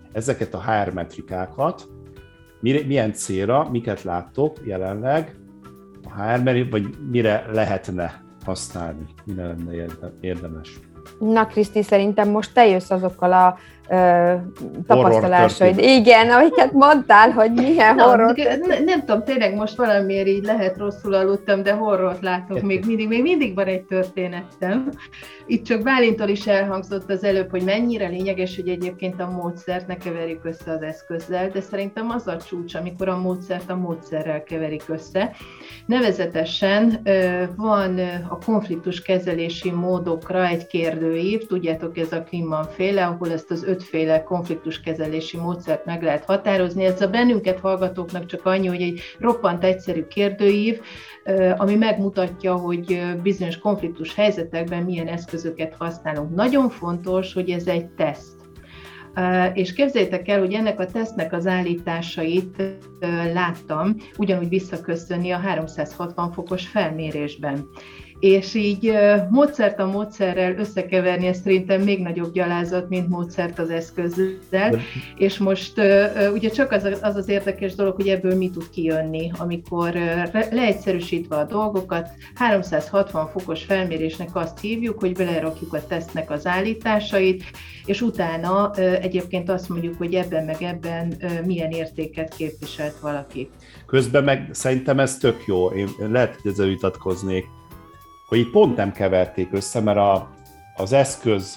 ezeket a há er metrikákat milyen célra, miket láttok jelenleg a há er, vagy mire lehetne használni, mire lenne érdemes? Na, Kriszti, szerintem most te jössz azokkal a ö, tapasztalásaid. Igen, amiket mondtál, hogy milyen Na, horror. Ne, nem tudom, tényleg most valamiért így lehet rosszul aludtam, de horrort látok még mindig. Még mindig van egy történetem. Itt csak Bálintól is elhangzott az előbb, hogy mennyire lényeges, hogy egyébként a módszert ne keverjük össze az eszközzel, de szerintem az a csúcs, amikor a módszert a módszerrel keverik össze. Nevezetesen van a konfliktuskezelési módokra egy kérdőív, tudjátok, ez a Klinman-féle, ahol ezt az ötféle konfliktuskezelési módszert meg lehet határozni. Ez a bennünket hallgatóknak csak annyi, hogy egy roppant egyszerű kérdőív, ami megmutatja, hogy bizonyos konfliktus helyzetekben milyen eszközöket használunk. Nagyon fontos, hogy ez egy teszt. És képzeljétek el, hogy ennek a tesztnek az állításait láttam ugyanúgy visszaköszönni a háromszázhatvan fokos felmérésben. És így módszert a módszerrel összekeverni, ez szerintem még nagyobb gyalázat, mint módszert az eszközzel. De. És most ugye csak az, az az érdekes dolog, hogy ebből mi tud kijönni, amikor leegyszerűsítve a dolgokat, háromszázhatvan fokos felmérésnek azt hívjuk, hogy belerakjuk a tesztnek az állításait, és utána egyébként azt mondjuk, hogy ebben meg ebben milyen értéket képviselt valaki. Közben meg szerintem ez tök jó, én lehet, hogy ezzel vitatkoznék, hogy itt pont nem keverték össze, mert a, az eszköz,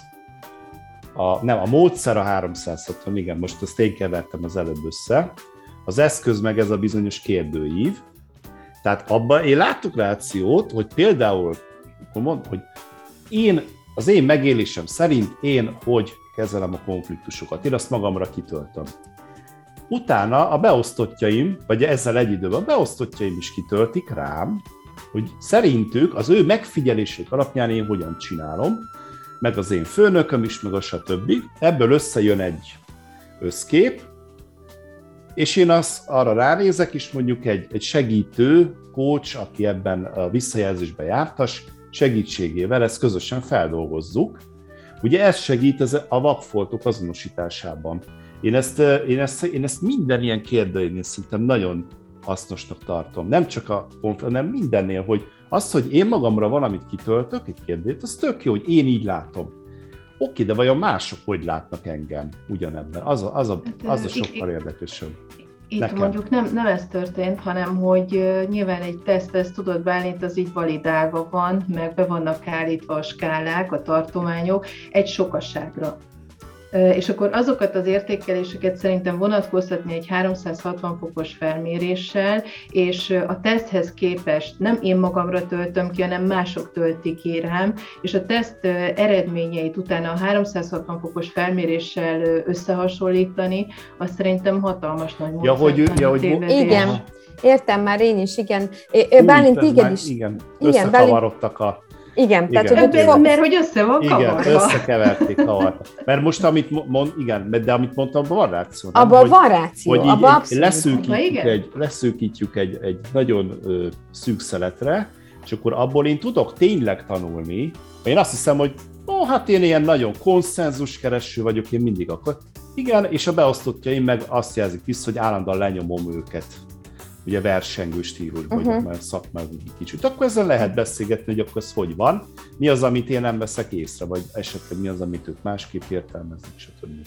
a, nem, a módszer a háromszázhatvan, igen, most azt én kevertem az előbb össze, az eszköz meg ez a bizonyos kérdőív, tehát abban én láttuk rációt, hogy például, mond, hogy én, az én megélésem szerint én hogy kezelem a konfliktusokat, én azt magamra kitöltöm. Utána a beosztottjaim, vagy ezzel egy időben a beosztottjaim is kitöltik rám, hogy szerintük az ő megfigyelésük alapján én hogyan csinálom, meg az én főnököm is, meg a stb. Ebből összejön egy összkép, és én azt arra ránézek, és mondjuk egy, egy segítő coach, aki ebben a visszajelzésben jártas, segítségével ezt közösen feldolgozzuk. Ugye ez segít a vakfoltok azonosításában. Én ezt, én ezt, én ezt minden ilyen kérdőjénél szerintem nagyon hasznosnak tartom. Nem csak a konfliktus, hanem mindennél, hogy az, hogy én magamra valamit kitöltök, egy kérdést, az tök jó, hogy én így látom. Oké, de vajon mások hogy látnak engem ugyanebben? Az a, az a, az a sokkal érdekesebb. Itt nekem. Mondjuk nem, nem ez történt, hanem hogy uh, nyilván egy teszt, ezt tudod, Bálint, az így validálva van, meg be vannak állítva a skálák, a tartományok egy sokaságra. És akkor azokat az értékeléseket szerintem vonatkoztatni egy háromszázhatvan fokos felméréssel, és a teszthez képest nem én magamra töltöm ki, hanem mások töltik ki rám, és a teszt eredményeit utána a háromszázhatvan fokos felméréssel összehasonlítani, azt szerintem hatalmas nagy ja, hogy, ja, hogy igen, értem már én is, igen. Bálint, igen is. Igen, összekavarodtak a... Igen, igen, tehát hogy igen. Mert hogy össze van kavarva. Igen, összekeverték kavarva. Mert most, amit mond, igen, de amit mondtam, abban van ráció. Abban van ráció, hogy abban abszolút. Leszűkítjük, egy, leszűkítjük egy, egy nagyon ö, szűk szeletre, és akkor abból én tudok tényleg tanulni. Én azt hiszem, hogy ó, hát én ilyen nagyon konszenzuskereső vagyok, én mindig akkor. Igen, és a beosztottjaim meg azt jelzik vissza, hogy állandóan lenyomom őket. Ugye versengő stílusban, uh-huh. mert szakmai kicsit. Akkor ezzel lehet beszélgetni, hogy akkor ez hogy van, mi az, amit én nem veszek észre, vagy esetleg mi az, amit ők másképp értelmeznek, stb.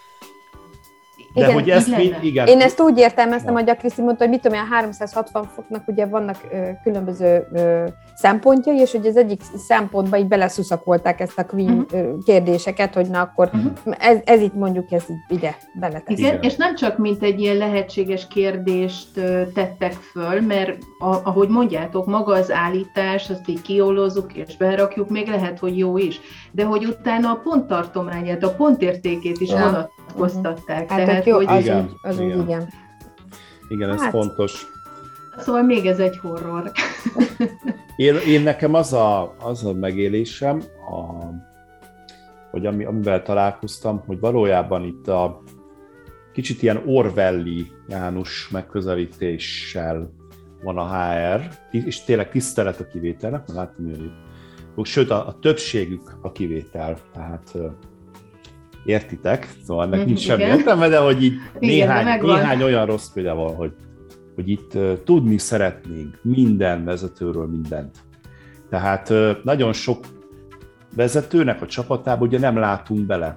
De igen, hogy ezt mi, igen. Én ezt úgy értelmeztem, ja. hogy a Kriszti mondta, hogy mit tudom, a háromszázhatvan foknak ugye vannak ö, különböző ö, szempontjai, és hogy az egyik szempontba így beleszuszakolták ezt a Queen uh-huh. kérdéseket, hogy na akkor uh-huh. ez, ez itt mondjuk ez így ide beletesz. Igen, igen, és nem csak mint egy ilyen lehetséges kérdést tettek föl, mert a, ahogy mondjátok, maga az állítás, azt így kiolózzuk és berakjuk, még lehet, hogy jó is, de hogy utána a ponttartományát, a pontértékét is ja. vonatkoztatták. Uh-huh. Tehát, jó, hogy az igen, úgy, az igen. Úgy, igen. Igen, ez hát, fontos. Szóval még ez egy horror. én, én nekem az a, az a megélésem, a, hogy ami, amivel találkoztam, hogy valójában itt a kicsit ilyen Orwelli János megközelítéssel van a há er, és tényleg tisztelet a kivételnek, mert láttam, hogy sőt a, a többségük a kivétel, tehát értitek, szóval ennek nincs Igen. semmi értelme, de hogy így Igen, néhány, de néhány olyan rossz példa van, hogy, hogy itt uh, tudni szeretnénk minden vezetőről mindent. Tehát uh, nagyon sok vezetőnek a csapatában ugye nem látunk bele.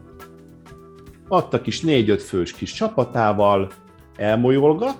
Adtak is négy-öt fős kis csapatával, elmolyolgat,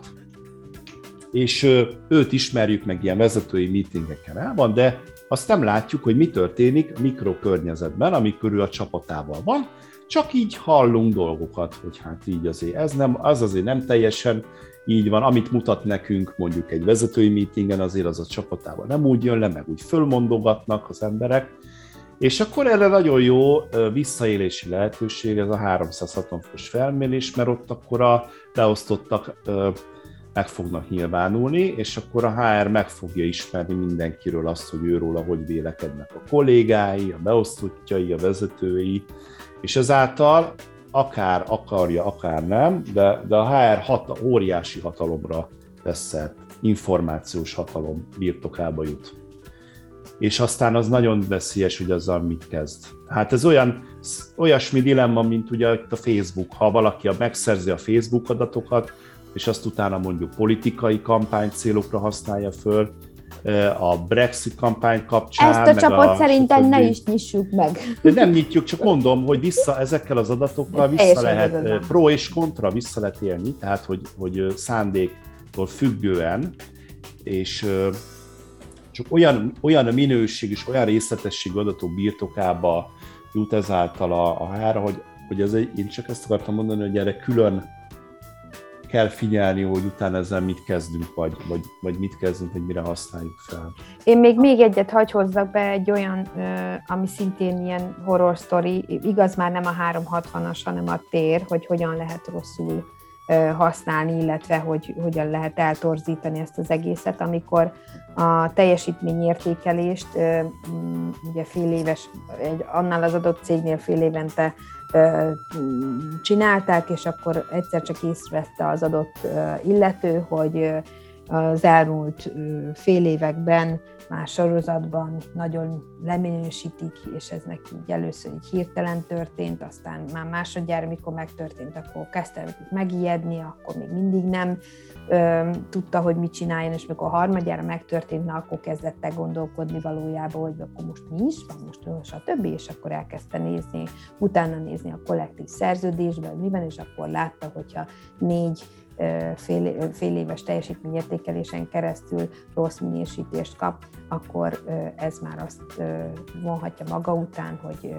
és uh, őt ismerjük meg ilyen vezetői meetingeken el van, de azt nem látjuk, hogy mi történik a mikrokörnyezetben, ami körül a csapatával van, csak így hallunk dolgokat, hogy hát így azért ez nem, az azért nem teljesen így van, amit mutat nekünk mondjuk egy vezetői meetingen, azért az a csapatával nem úgy jön le, meg úgy fölmondogatnak az emberek, és akkor erre nagyon jó visszaélési lehetőség ez a háromszázhatvan fokos felmérés, mert ott akkor a leosztottak meg fognak nyilvánulni, és akkor a há er meg fogja ismerni mindenkiről azt, hogy őróla hogy vélekednek a kollégái, a beosztottjai, a vezetői, és ezáltal akár akarja, akár nem, de, de a há er hat, óriási hatalomra tesz szert, információs hatalom birtokába jut. És aztán az nagyon veszélyes, hogy azzal mit kezd. Hát ez olyan, olyasmi dilemma, mint ugye itt a Facebook. Ha valaki megszerzi a Facebook adatokat, és azt utána mondjuk politikai kampány célokra használja föl, a Brexit kampány kapcsán. Ezt a csapot a, szerintem ne is nyissuk meg. De nem nyitjuk, csak mondom, hogy vissza ezekkel az adatokkal vissza lehet, pro és kontra vissza lehet élni, tehát hogy, hogy szándéktól függően, és csak olyan, olyan minőség és olyan részletesség adatok birtokába jut ezáltal a, a há er, hogy, hogy ez egy, én csak ezt akartam mondani, hogy erre külön kell figyelni, hogy utána ezzel mit kezdünk, vagy, vagy, vagy mit kezdünk, hogy mire használjuk fel. Én még, még egyet hagy hozzak be, egy olyan, ami szintén ilyen horror sztori, igaz már nem a háromszázhatvanas, hanem a tér, hogy hogyan lehet rosszul használni, illetve hogy hogyan lehet eltorzítani ezt az egészet, amikor a teljesítményértékelést ugye fél éves, egy, annál az adott cégnél fél évente csinálták, és akkor egyszer csak észrevette az adott illető, hogy az elmúlt fél években más sorozatban nagyon leminősítik, és ez neki így először így hirtelen történt, aztán már másodjára, mikor megtörtént, akkor kezdte megijedni, akkor még mindig nem ö, tudta, hogy mit csináljon, és mikor harmadjára megtörtént, na, akkor kezdett el gondolkodni valójában, hogy akkor most mi is van, most stb., és akkor elkezdte nézni, utána nézni a kollektív szerződésben, hogy mi van, és akkor látta, hogyha négy Fél, fél éves teljesítményértékelésen keresztül rossz minősítést kap, akkor ez már azt vonhatja maga után, hogy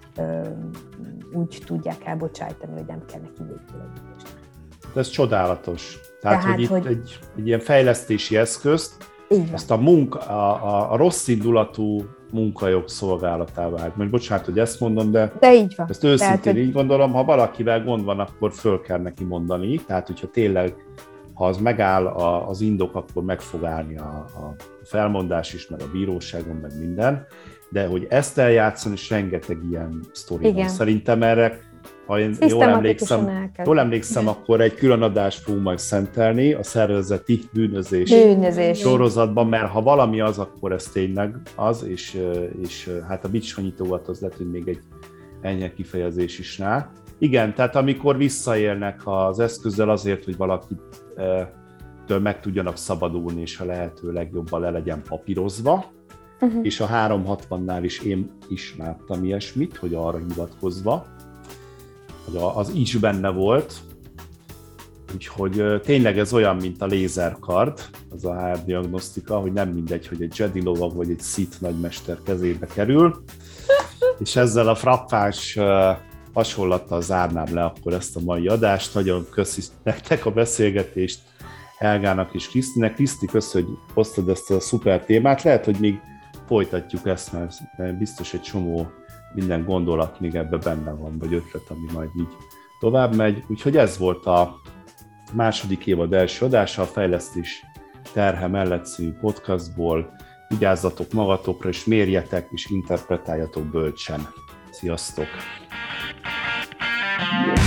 úgy tudják elbocsájtani, hogy nem kell neki végtelen. Ez csodálatos. Tehát, Tehát hogy, hogy itt egy, egy ilyen fejlesztési eszközt, azt a, munka, a, a, a rossz indulatú munkajog szolgálatává vált. Most bocsánat, hogy ezt mondom, de, de így van. Ezt őszintén Tehát, így gondolom, ha valakivel gond van, akkor föl kell neki mondani. Tehát, hogyha tényleg, ha az megáll a, az indok, akkor meg fog állni a, a felmondás is, meg a bíróságon, meg minden. De hogy ezt eljátszani, és rengeteg ilyen sztori van. Szerintem erre, ha én jól emlékszem, jól emlékszem akkor egy külön adást fogunk majd szentelni a szervezeti bűnözés, bűnözés sorozatban, mert ha valami az, akkor ez tényleg az, és, és hát a bicshanyítóvat az lehet, hogy még egy ennyi kifejezés is rá. Igen, tehát amikor visszaélnek az eszközzel azért, hogy valakitől meg tudjanak szabadulni, és a lehető legjobban le legyen papírozva, uh-huh. és a háromszázhatvannál is én is láttam ilyesmit, hogy arra hivatkozva, hogy az is benne volt, úgyhogy tényleg ez olyan, mint a lézerkard, az a há er diagnosztika, hogy nem mindegy, hogy egy Jedi lovag vagy egy Sith nagymester kezébe kerül, és ezzel a frappáns hasonlattal zárnám le akkor ezt a mai adást. Nagyon köszi nektek a beszélgetést, Helgának és Krisztinek. Kriszti, köszönöm, hogy hoztad ezt a szuper témát. Lehet, hogy még folytatjuk ezt, mert biztos egy csomó minden gondolat még ebbe benne van, vagy ötlet, ami majd így tovább megy. Úgyhogy ez volt a második évad első adása, a Fejlesztés terhe mellett című podcastból. Vigyázzatok magatokra, és mérjetek, és interpretáljatok bölcsen. Sziasztok!